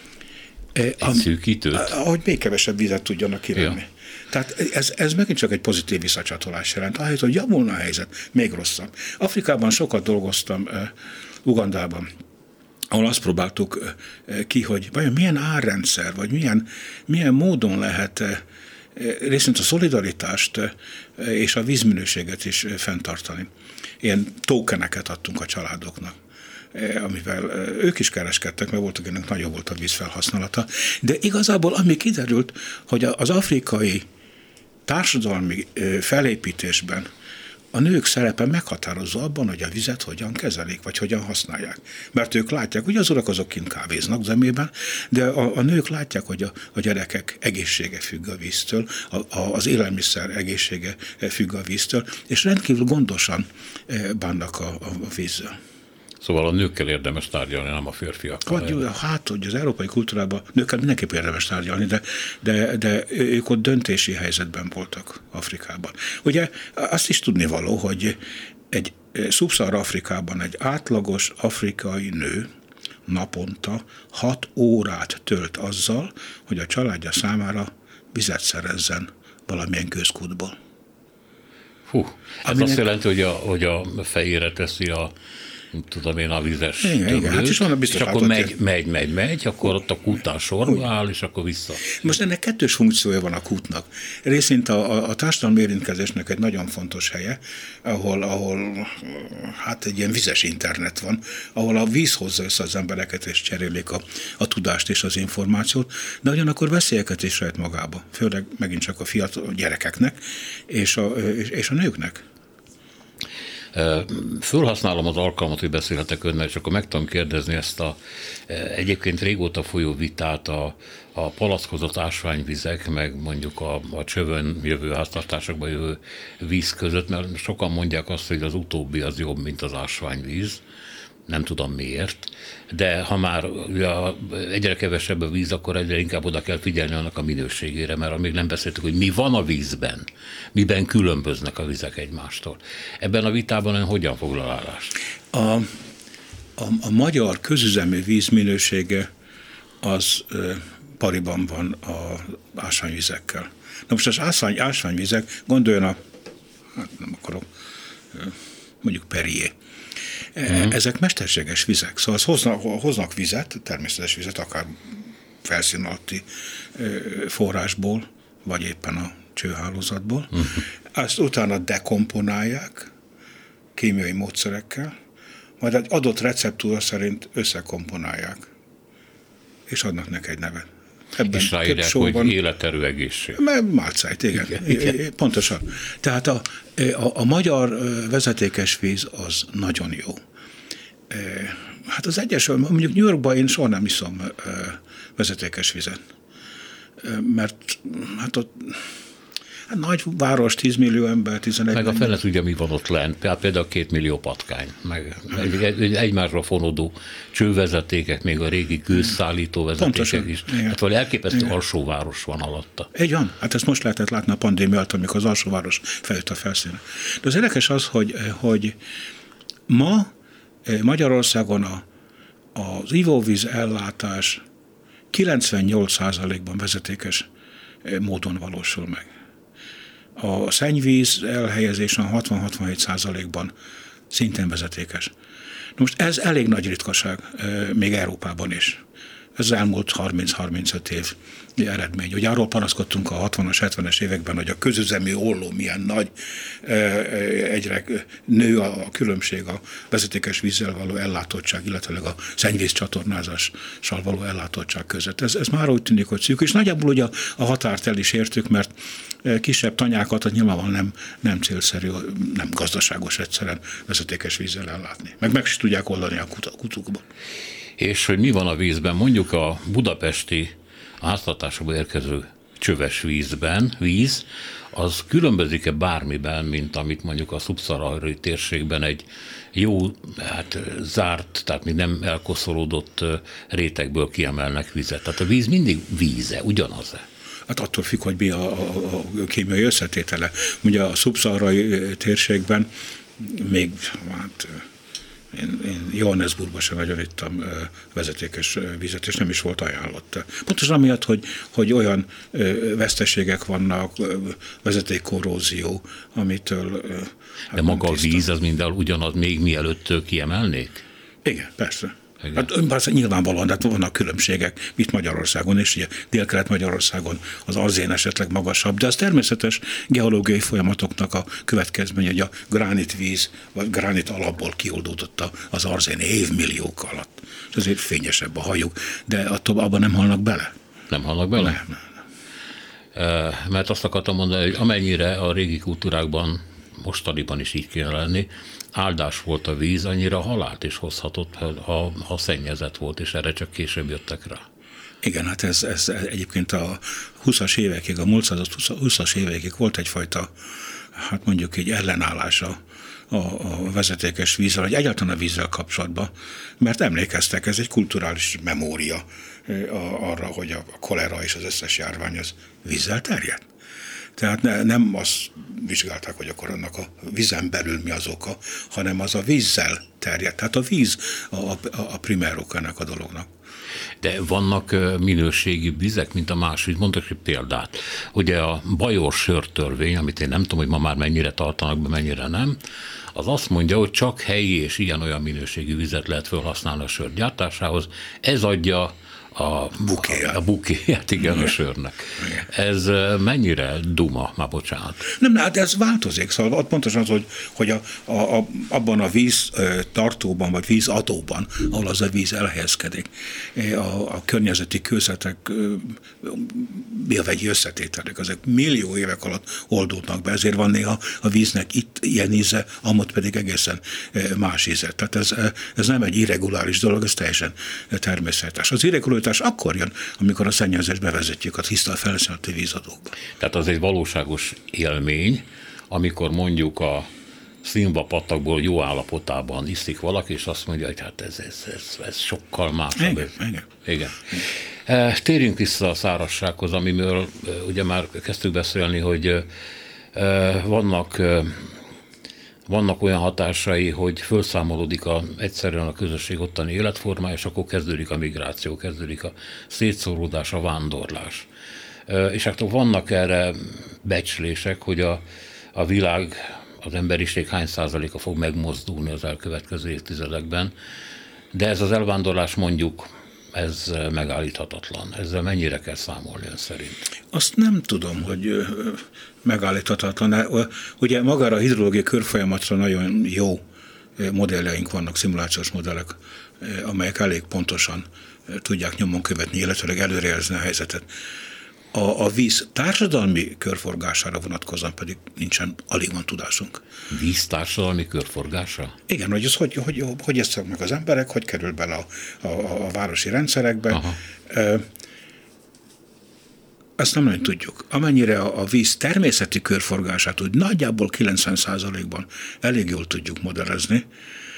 Szűkítőt? Ahogy még kevesebb vizet tudjanak kivenni. Ja. Tehát ez megint csak egy pozitív visszacsatolás jelent. Ahelyett, hogy javulna a helyzet, még rosszabb. Afrikában sokat dolgoztam, Ugandában, ahol azt próbáltuk ki, hogy vajon milyen árrendszer, vagy milyen módon lehet részint a szolidaritást és a vízminőséget is fenntartani. Ilyen tokeneket adtunk a családoknak, amivel ők is kereskedtek, mert voltak, ennek nagyobb volt a vízfelhasználata. De igazából ami kiderült, hogy az afrikai társadalmi felépítésben a nők szerepe meghatározó abban, hogy a vizet hogyan kezelik, vagy hogyan használják. Mert ők látják, hogy az urak azok kint kávéznak zömében, de a nők látják, hogy a gyerekek egészsége függ a víztől, az élelmiszer egészsége függ a víztől, és rendkívül gondosan bánnak a vízzel. Szóval a nőkkel érdemes tárgyalni, nem a férfiakkal. Hát, hogy az európai kultúrában nőkkel mindenképp érdemes tárgyalni, de ők ott döntési helyzetben voltak Afrikában. Ugye azt is tudnivaló, hogy egy Szubszahara Afrikában egy átlagos afrikai nő naponta 6 órát tölt azzal, hogy a családja számára vizet szerezzen valamilyen közkútból. Ez azt jelenti, hogy a fejére teszi a tudom én, a vizes igen, hát is van, és akkor megy, akkor ott a kútán sorba áll, és akkor vissza. Most ennek kettős funkciója van a kútnak. Részint a társadalmi érintkezésnek egy nagyon fontos helye, ahol hát egy ilyen vizes internet van, ahol a víz hozza össze az embereket, és cserélik a tudást és az információt, de ugyanakkor veszélyeket is rejt magába, főleg megint csak a fiatal gyerekeknek és a nőknek. Fölhasználom az alkalmat, hogy beszélhetek önnel, és akkor meg tudom kérdezni ezt a egyébként régóta folyó vitát a palackozott ásványvizek, meg mondjuk a csövön jövő háztartásokba jövő víz között, mert sokan mondják azt, hogy az utóbbi az jobb, mint az ásványvíz. Nem tudom miért, de ha már egyre kevesebb a víz, akkor egyre inkább oda kell figyelni annak a minőségére, mert amíg nem beszéltük, hogy mi van a vízben, miben különböznek a vizek egymástól. Ebben a vitában ön hogyan foglal állást? A magyar közüzemű víz minősége az pariban van az ásványvizekkel. Na most az ásványvizek, gondoljon hát nem akarok, mondjuk Perrier. Ezek mesterséges vizek, szóval hoznak vizet, természetes vizet, akár felszín alatti forrásból, vagy éppen a csőhálózatból. Azt utána dekomponálják kémiai módszerekkel, majd egy adott receptúra szerint összekomponálják, és adnak neki egy nevet. Ebben és ráírják, hogy életerő egészség. Málcájt, igen. Pontosan. Tehát a magyar vezetékes víz az nagyon jó. Hát az egyes, mondjuk New Yorkban én soha nem iszom vezetékes vizet. Mert hát ott nagy város, 10 millió ember, 11 meg a fele tudja, mi van ott lent, például 2 millió patkány, meg egymásra fonódó csővezetékek, még a régi gőzszállító vezetékek is. Igen. Hát valami elképesztő alsóváros van alatta. Így van, hát ezt most lehetett látni a pandémia alatt, amikor az alsóváros feljött a felszínre. De az érdekes az, hogy ma Magyarországon az ivóvíz ellátás 98%-ban vezetékes módon valósul meg. A szennyvíz elhelyezés a 60-67%-ban szintén vezetékes. Most ez elég nagy ritkaság, még Európában is. Ez az elmúlt 30-35 év eredmény. Ugye arról panaszkodtunk a 60-as, 70-es években, hogy a közüzemű olló milyen nagy, egyre nő a különbség a vezetékes vízzel való ellátottság, illetve a szennyvíz csatornázással való ellátottság között. Ez már úgy tűnik, hogy szűk, és nagyjából ugye a határt el is értük, mert kisebb tanyákat nyilvánvalóan nem célszerű, nem gazdaságos egyszerűen vezetékes vízzel ellátni. Meg is tudják oldani a kutukban. És hogy mi van a vízben, mondjuk a budapesti háztartásokba érkező csöves víz, az különbözik-e bármiben, mint amit mondjuk a szubszaharai térségben egy jó, hát zárt, tehát még nem elkoszolódott rétegből kiemelnek vizet. Tehát a víz mindig víze, ugyanaz-e? Hát attól függ, hogy mi a kémiai összetétele. Ugye a szubszaharai térségben még, hát én Johannesburgban sem nagyon ittam vezetékes vizet, és nem is volt ajánlott. Pontosan amiatt, hogy olyan veszteségek vannak, vezetékkorrózió, amitől... De maga a víz, az minden ugyanaz, még mielőtt kiemelnék? Igen, persze. Hát nyilvánvalóan, hát vannak különbségek, itt Magyarországon is, ugye Dél-Kelet-Magyarországon az arzén esetleg magasabb, de az természetes geológiai folyamatoknak a következménye, hogy a gránitvíz, vagy gránit alapból kioldódott az arzén évmilliók alatt. És azért fényesebb a hajuk, de attól abban nem halnak bele. Nem halnak bele? Nem. Mert azt akartam mondani, hogy amennyire a régi kultúrákban, mostaniban is így kéne lenni, áldás volt a víz, annyira halált is hozhatott, ha szennyezett volt, és erre csak később jöttek rá. Igen, hát ez egyébként a 20-as évekig, a 20-as évekig volt egyfajta, hát mondjuk így ellenállása a vezetékes vízzel, vagy egyáltalán a vízzel kapcsolatban, mert emlékeztek, ez egy kulturális memória arra, hogy a kolera és az összes járvány az vízzel terjed. Tehát nem azt vizsgálták, hogy akkor annak a vízen belül mi az oka, hanem az a vízzel terjed. Tehát a víz a primer oka ennek a dolognak. De vannak minőségi vizek, mint a másik. Mondok egy példát. Ugye a bajor sörtörvény, amit én nem tudom, hogy ma már mennyire tartanak be, mennyire nem, az azt mondja, hogy csak helyi és ilyen-olyan minőségű vizet lehet felhasználni a sör gyártásához. Ez adja a bukéját, igen, a sörnek. Igen. Ez mennyire duma, már bocsánat? Nem, hát ez változik. Szóval pontosan az, hogy abban a víz tartóban, vagy vízadóban, ahol az a víz elhelyezkedik, a környezeti kőzetek biovegyi összetételek, ezek millió évek alatt oldódnak be, ezért van néha a víznek itt ilyen íze, amott pedig egészen más íze. Tehát ez nem egy irreguláris dolog, ez teljesen természetes. Az irregularitás akkor jön, amikor a szennyezést bevezetjük a tiszta felszínalatti vízadókba. Tehát az egy valóságos élmény, amikor mondjuk a színvapatakból jó állapotában iszik valaki, és azt mondja, hogy hát ez sokkal másabb. Igen. Térjünk vissza a szárazsághoz, amiről ugye már kezdtük beszélni, hogy vannak olyan hatásai, hogy felszámolódik egyszerűen a közösség ottani életformája, és akkor kezdődik a migráció, kezdődik a szétszóródás, a vándorlás. És hát vannak erre becslések, hogy a világ, az emberiség hány százaléka fog megmozdulni az elkövetkező évtizedekben, de ez az elvándorlás mondjuk, ez megállíthatatlan. Ezzel mennyire kell számolni ön szerint? Azt nem tudom, hogy megállíthatatlan. Ugye magára a hidrológiai körfolyamatra nagyon jó modelljeink vannak, szimulációs modellek, amelyek elég pontosan tudják nyomon követni, illetve előrejelezni a helyzetet. A víz társadalmi körforgására vonatkozóan pedig alig van tudásunk. Víz társadalmi körforgása? Igen, hogy ez hogy esznek meg az emberek, hogy kerül bele a városi rendszerekbe. Aha. Ezt nem nagyon tudjuk. Amennyire a víz természeti körforgását úgy nagyjából 90%-ban elég jól tudjuk modellezni,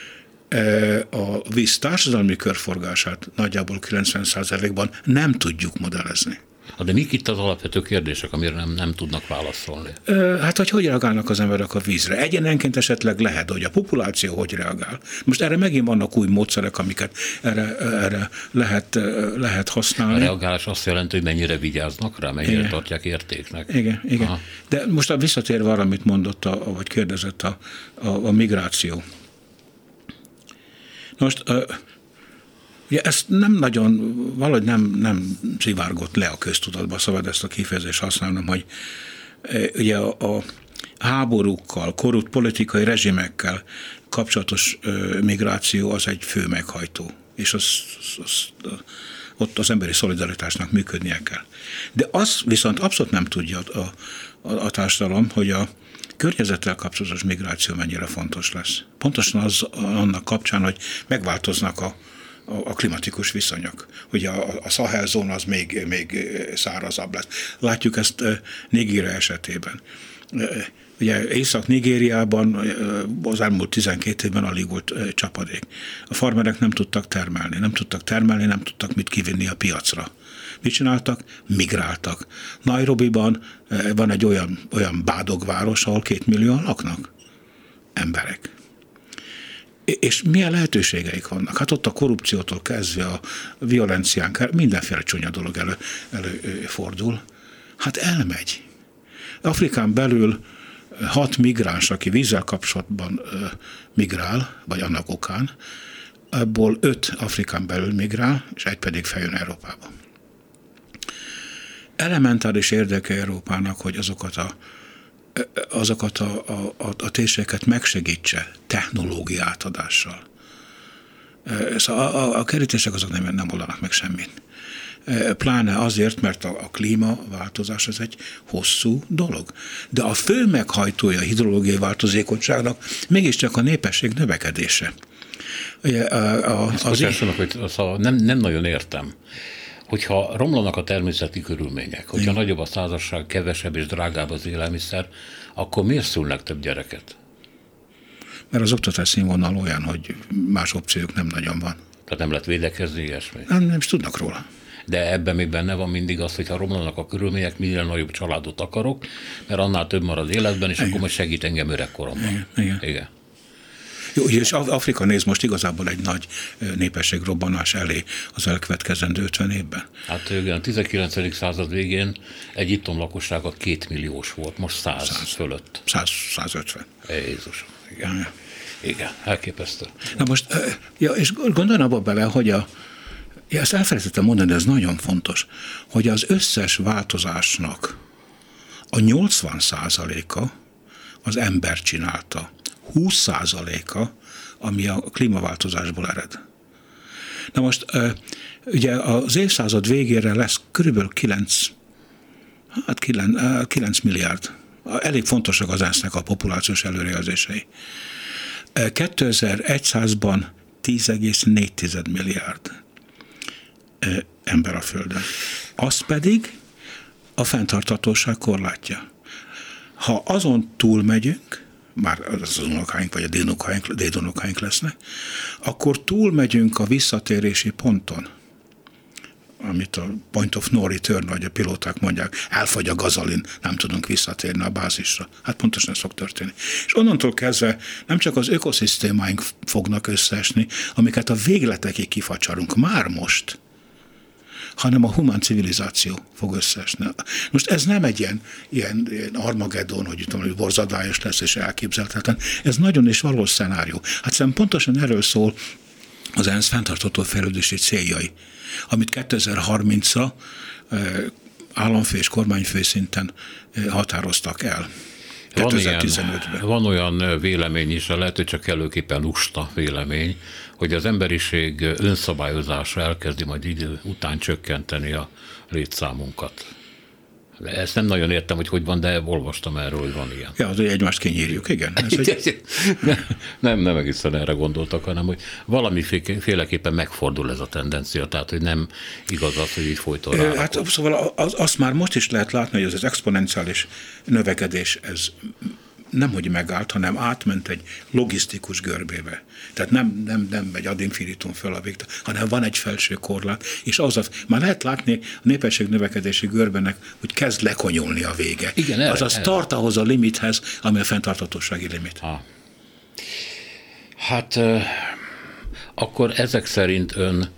a víz társadalmi körforgását nagyjából 90%-ban nem tudjuk modellezni. De mik itt az alapvető kérdések, amire nem tudnak válaszolni? Hát, hogy reagálnak az emberek a vízre? Egyenenként esetleg lehet, hogy a populáció hogy reagál. Most erre megint vannak új módszerek, amiket erre lehet használni. A reagálás azt jelenti, hogy mennyire vigyáznak rá, mennyire tartják értéknek. Igen. Aha. De most visszatérve arra, amit mondott, vagy kérdezett a migráció. Most ugye ezt nem nagyon, valahogy nem szivárgott le a köztudatba, szabad ezt a kifejezést használnom, hogy ugye a háborúkkal, korrupt politikai rezsimekkel kapcsolatos migráció az egy fő meghajtó, és ott az emberi szolidaritásnak működnie kell. De az viszont abszolút nem tudja a társadalom, hogy a környezettel kapcsolatos migráció mennyire fontos lesz. Pontosan annak kapcsán, hogy megváltoznak a klimatikus viszonyok. Ugye a Szahel-zóna az még szárazabb lesz. Látjuk ezt Nigéria esetében. Ugye Észak-Nigériában az elmúlt 12 évben alig volt csapadék. A farmerek nem tudtak termelni, nem tudtak mit kivinni a piacra. Mit csináltak? Migráltak. Nairobiban van egy olyan bádogváros, ahol 2 millióan laknak emberek. És milyen lehetőségeik vannak? Hát ott a korrupciótól kezdve a violencián, mindenféle csúnya dolog előfordul. Hát elmegy. Afrikán belül 6 migráns, aki vízzel kapcsolatban migrál, vagy annak okán, abból 5 Afrikán belül migrál, és egy pedig feljön Európába. Elementáris érdeke Európának, hogy azokat a térségeket megsegítse technológia átadással. Szóval a kerítések azok nem oldanak meg semmit. Pláne azért, mert a klímaváltozás az egy hosszú dolog. De a fő meghajtója a hidrológiai változékonyságnak mégiscsak a népesség növekedése. Nem nagyon értem. Hogyha romlanak a természeti körülmények, hogyha nagyobb a százasság, kevesebb és drágább az élelmiszer, akkor miért szülnek több gyereket? Mert az oktatás színvonal olyan, hogy más opciójuk nem nagyon van. Tehát nem lehet védekezni, ilyesmi? Nem is tudnak róla. de ebben még benne van mindig az, hogy ha romlanak a körülmények, minél nagyobb családot akarok, mert annál több marad életben, és akkor majd segít engem öregkoromban. Igen. Jó, és Afrika néz most igazából egy nagy népességrobbanás elé az elkövetkezendő 50 évben. Hát igen, a 19. század végén Egyiptom lakossága 2 milliós volt, most 100 fölött. 150. Jézus, igen. Igen, elképesztő. Na most, és gondolj abba bele, hogy ezt elfelejtettem mondani, de ez nagyon fontos, hogy az összes változásnak a 80%-a az ember csinálta. 20%-a, ami a klímaváltozásból ered. Na most, ugye az évszázad végére lesz körülbelül 9 milliárd. Elég fontosak az ENSZ-nek a populációs előrejelzései. 2100-ban 10,4 milliárd ember a Földön. Az pedig a fenntarthatóság korlátja. Ha azon túlmegyünk, már az unokáink vagy a dédunokáink lesznek, akkor túlmegyünk a visszatérési ponton, amit a point of no return, vagy a pilóták mondják, elfogy a gazolin, nem tudunk visszatérni a bázisra. Hát pontosan ez fog történni. És onnantól kezdve nem csak az ökoszisztémáink fognak összeesni, amiket a végletekig kifacsarunk már most, hanem a humán civilizáció fog összeesni. Most ez nem egy ilyen Armageddon, hogy borzadvályos lesz és elképzelhetetlen. Ez nagyon is valós szenárió. Hát szerintem pontosan erről szól az ENSZ fenntartható fejlődési céljai, amit 2030-ra államfő és kormányfő szinten határoztak el. 2015-ben. Van olyan vélemény is, lehet, hogy csak előképpen lusta vélemény, hogy az emberiség önszabályozása elkezdi majd idő után csökkenteni a létszámunkat. De ezt nem nagyon értem, hogy van, de olvastam erről, hogy van ilyen. Ja, hogy egymást kinyírjuk, igen. Nem egészen erre gondoltak, hanem hogy valamiféleképpen megfordul ez a tendencia, tehát hogy nem igaz az, hogy így folyton Hát szóval azt már most is lehet látni, hogy az exponenciális növekedés, ez nem hogy megállt, hanem átment egy logisztikus görbébe. Tehát nem megy ad infinitum föl a végtelen, hanem van egy felső korlát, és már lehet látni a népesség növekedési görbének, hogy kezd lekonyulni a vége. Igen, azaz tart ahhoz a limithez, ami a fenntarthatósági limit. Hát akkor ezek szerint ön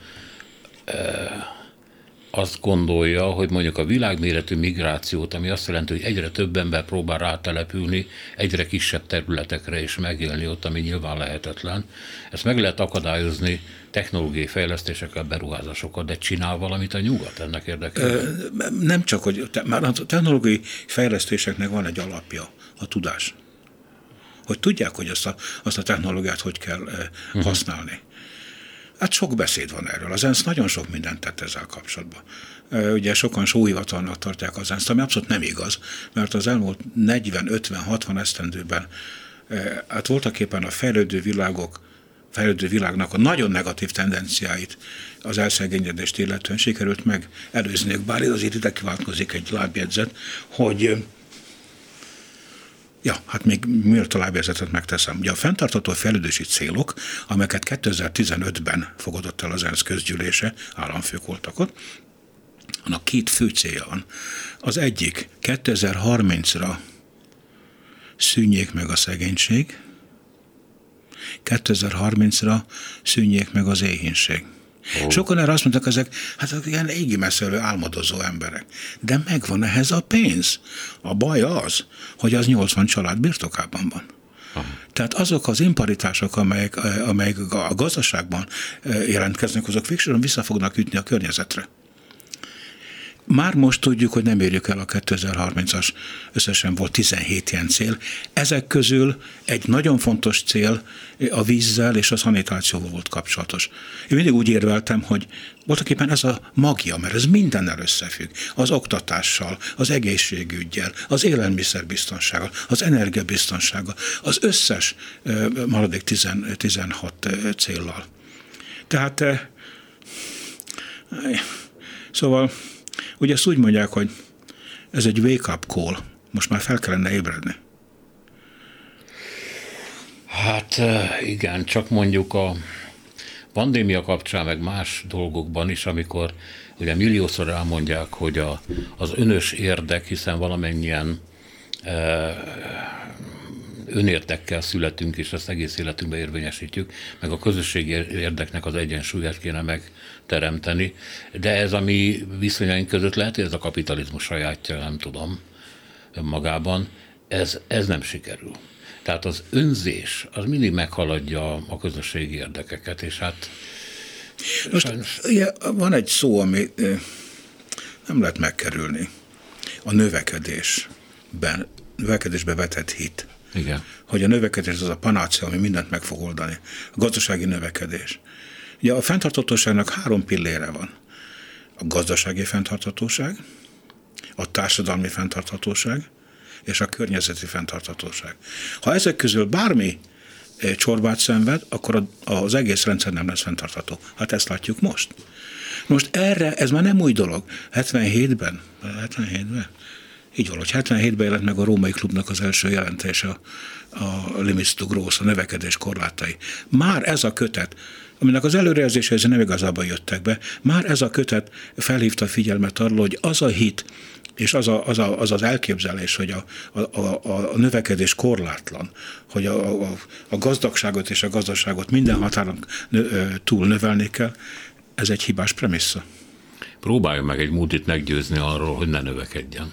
azt gondolja, hogy mondjuk a világméretű migrációt, ami azt jelenti, hogy egyre több ember próbál rátelepülni egyre kisebb területekre és megélni ott, ami nyilván lehetetlen. Ezt meg lehet akadályozni technológiai fejlesztésekkel, beruházásokkal, de csinál valamit a nyugat ennek érdekében? Nem csak, hogy már a technológiai fejlesztéseknek van egy alapja, a tudás. Hogy tudják, hogy azt a technológiát hogy kell használni. Hát sok beszéd van erről. Az ENSZ nagyon sok mindent tett ezzel kapcsolatban. Ugye sokan sóhivatalnak tartják az ENSZ-t, ami abszolút nem igaz, mert az elmúlt 40-50-60 esztendőben hát voltaképpen a fejlődő világnak a nagyon negatív tendenciáit, az elszegényedést illetően sikerült megelőzniük, bár azért ide kiváltkozik egy lábjegyzet, hogy hát még miért a lábjegyzetet megteszem. Ugye a fenntartható fejlődési célok, amelyeket 2015-ben fogadott el az ENSZ közgyűlése, államfők voltak ott, annak két fő célja van. Az egyik, 2030-ra szűnjék meg a szegénység, 2030-ra szűnjék meg az éhínség. Sokan erre azt mondták, ezek ilyen égi messzelő álmodozó emberek. De megvan ehhez a pénz. A baj az, hogy az 80 család birtokában van. Tehát azok az imparitások, amelyek a gazdaságban jelentkeznek, azok végsősorban vissza fognak ütni a környezetre. Már most tudjuk, hogy nem érjük el a 2030-as, összesen volt 17 ilyen cél. Ezek közül egy nagyon fontos cél a vízzel és a szanitációval volt kapcsolatos. Én mindig úgy érveltem, hogy voltaképpen ez a magia, mert ez mindennel összefügg. Az oktatással, az egészségüggyel, az élelmiszerbiztonsággal, az energiabiztonsággal, az összes maradék 16 céllal. Tehát szóval ugye ezt úgy mondják, hogy ez egy wake-up call. Most már fel kellene ébredni. Hát igen, csak mondjuk pandémia kapcsán, meg más dolgokban is, amikor ugye milliószor elmondják, hogy az önös érdek, hiszen valamennyien önérdekkel születünk, és ezt egész életünkben érvényesítjük, meg a közösségi érdeknek az egyensúlyát kéne megteremteni. De ez a mi viszonyaink között lehet, hogy ez a kapitalizmus sajátja, nem tudom, önmagában, ez nem sikerül. Tehát az önzés, az mindig meghaladja a közösségi érdekeket, és hát most ugye, van egy szó, ami nem lehet megkerülni. A növekedésbe vetett hit. Igen. Hogy a növekedés az a panácia, ami mindent meg fog oldani. A gazdasági növekedés. Ugye a fenntarthatóságnak 3 pillére van. A gazdasági fenntarthatóság, a társadalmi fenntarthatóság, és a környezeti fenntarthatóság. Ha ezek közül bármi csorbát szenved, akkor az egész rendszer nem lesz fenntartható. Hát ezt látjuk most. Most erre, ez már nem új dolog. 77-ben? Így van, hogy 77-ben jelent meg a Római Klubnak az első jelentése, a Limits to Growth, a növekedés korlátai. Már ez a kötet, aminek az előrejelzései nem igazából jöttek be, már ez a kötet felhívta a figyelmet arról, hogy az a hit, és az elképzelés, hogy a növekedés korlátlan, hogy a gazdagságot és a gazdaságot minden határon túl növelni kell, ez egy hibás premissza. Próbálja meg egy Moodyt meggyőzni arról, hogy ne növekedjen.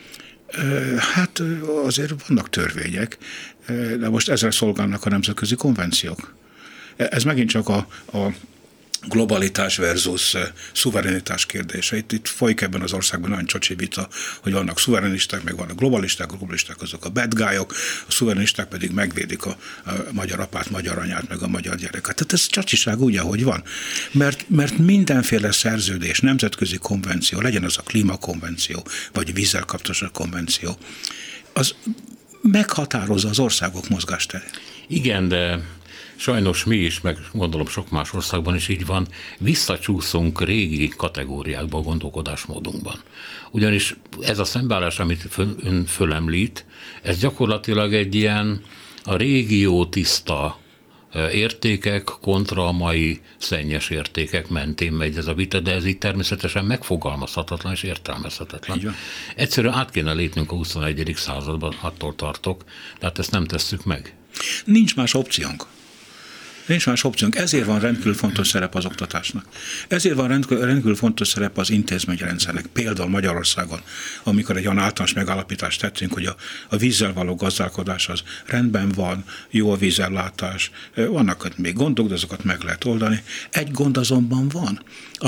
Hát azért vannak törvények, de most ezzel szolgálnak a nemzetközi konvenciók. Ez megint csak a globalitás versus szuverenitás kérdése. Itt folyik ebben az országban nagyon csocsi vita, hogy vannak szuverenisták, meg vannak globalisták, a globalisták azok a bad guy-ok, a szuverenisták pedig megvédik a magyar apát, magyar anyát, meg a magyar gyereket. Tehát ez csacsiság úgy, ahogy van. Mert mindenféle szerződés, nemzetközi konvenció, legyen az a klímakonvenció, vagy vízzel kapcsolatos konvenció, az meghatározza az országok mozgásterét. Igen, de sajnos mi is, meg gondolom sok más országban is így van, visszacsúszunk régi kategóriákba a gondolkodásmódunkban. Ugyanis ez a szembeállás, amit ön fölemlít, ez gyakorlatilag egy ilyen a régió tiszta értékek kontra a mai szennyes értékek mentén megy ez a vita, de ez így természetesen megfogalmazhatatlan és értelmezhetetlen. Egyszerűen át kéne lépnünk a 21. században, attól tartok, tehát ezt nem tesszük meg. Nincs más opciónk. Ezért van rendkívül fontos szerep az oktatásnak. Ezért van rendkívül fontos szerep az intézményrendszernek. Például Magyarországon, amikor egy olyan általános megállapítást tettünk, hogy a vízzel való gazdálkodás az rendben van, jó a vízellátás, vannak még gondok, de azokat meg lehet oldani. Egy gond azonban van,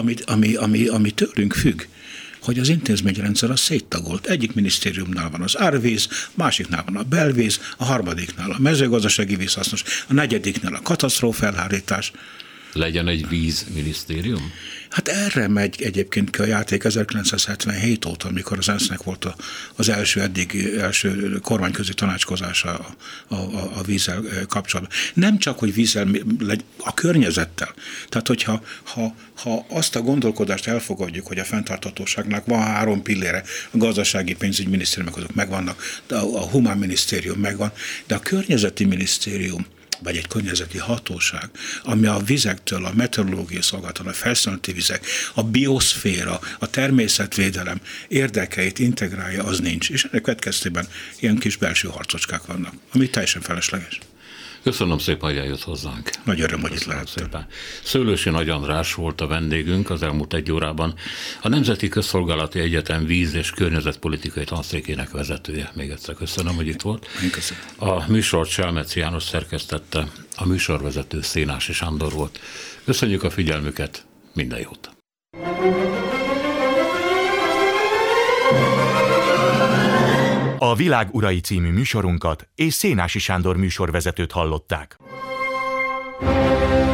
ami tőlünk függ, hogy az intézményrendszer az széttagolt. Egyik minisztériumnál van az árvíz, másiknál van a belvíz, a harmadiknál a mezőgazdasági vízhasznos, a negyediknél a katasztróffelhárítás. Legyen egy vízminisztérium? Hát erre megy egyébként ki a játék 1977 óta, amikor az ENSZ-nek volt az első kormányközi tanácskozása a vízzel kapcsolatban. Nem csak, hogy vízzel, a környezettel. Tehát, hogyha ha azt a gondolkodást elfogadjuk, hogy a fenntarthatóságnak van 3 pillére, a gazdasági pénzügyminisztériumok azok megvannak, de a humán minisztérium megvan, de a környezeti minisztérium vagy egy környezeti hatóság, ami a vizektől, a meteorológiai szolgálaton, a felszínalatti vizek, a bioszféra, a természetvédelem érdekeit integrálja, az nincs. És ennek következtében ilyen kis belső harcocskák vannak, ami teljesen felesleges. Köszönöm szépen, hogy eljött hozzánk. Nagy öröm, hogy itt lehettem. Szőlősi Nagy András volt a vendégünk az elmúlt 1 órában, a Nemzeti Közszolgálati Egyetem víz- és környezetpolitikai tanszékének vezetője. Még egyszer köszönöm, hogy itt volt. Én köszönöm. A műsort Selmeci János szerkesztette, a műsorvezető Szénási Sándor volt. Köszönjük a figyelmüket, minden jót! A Világ urai című műsorunkat és Szénási Sándor műsorvezetőt hallották.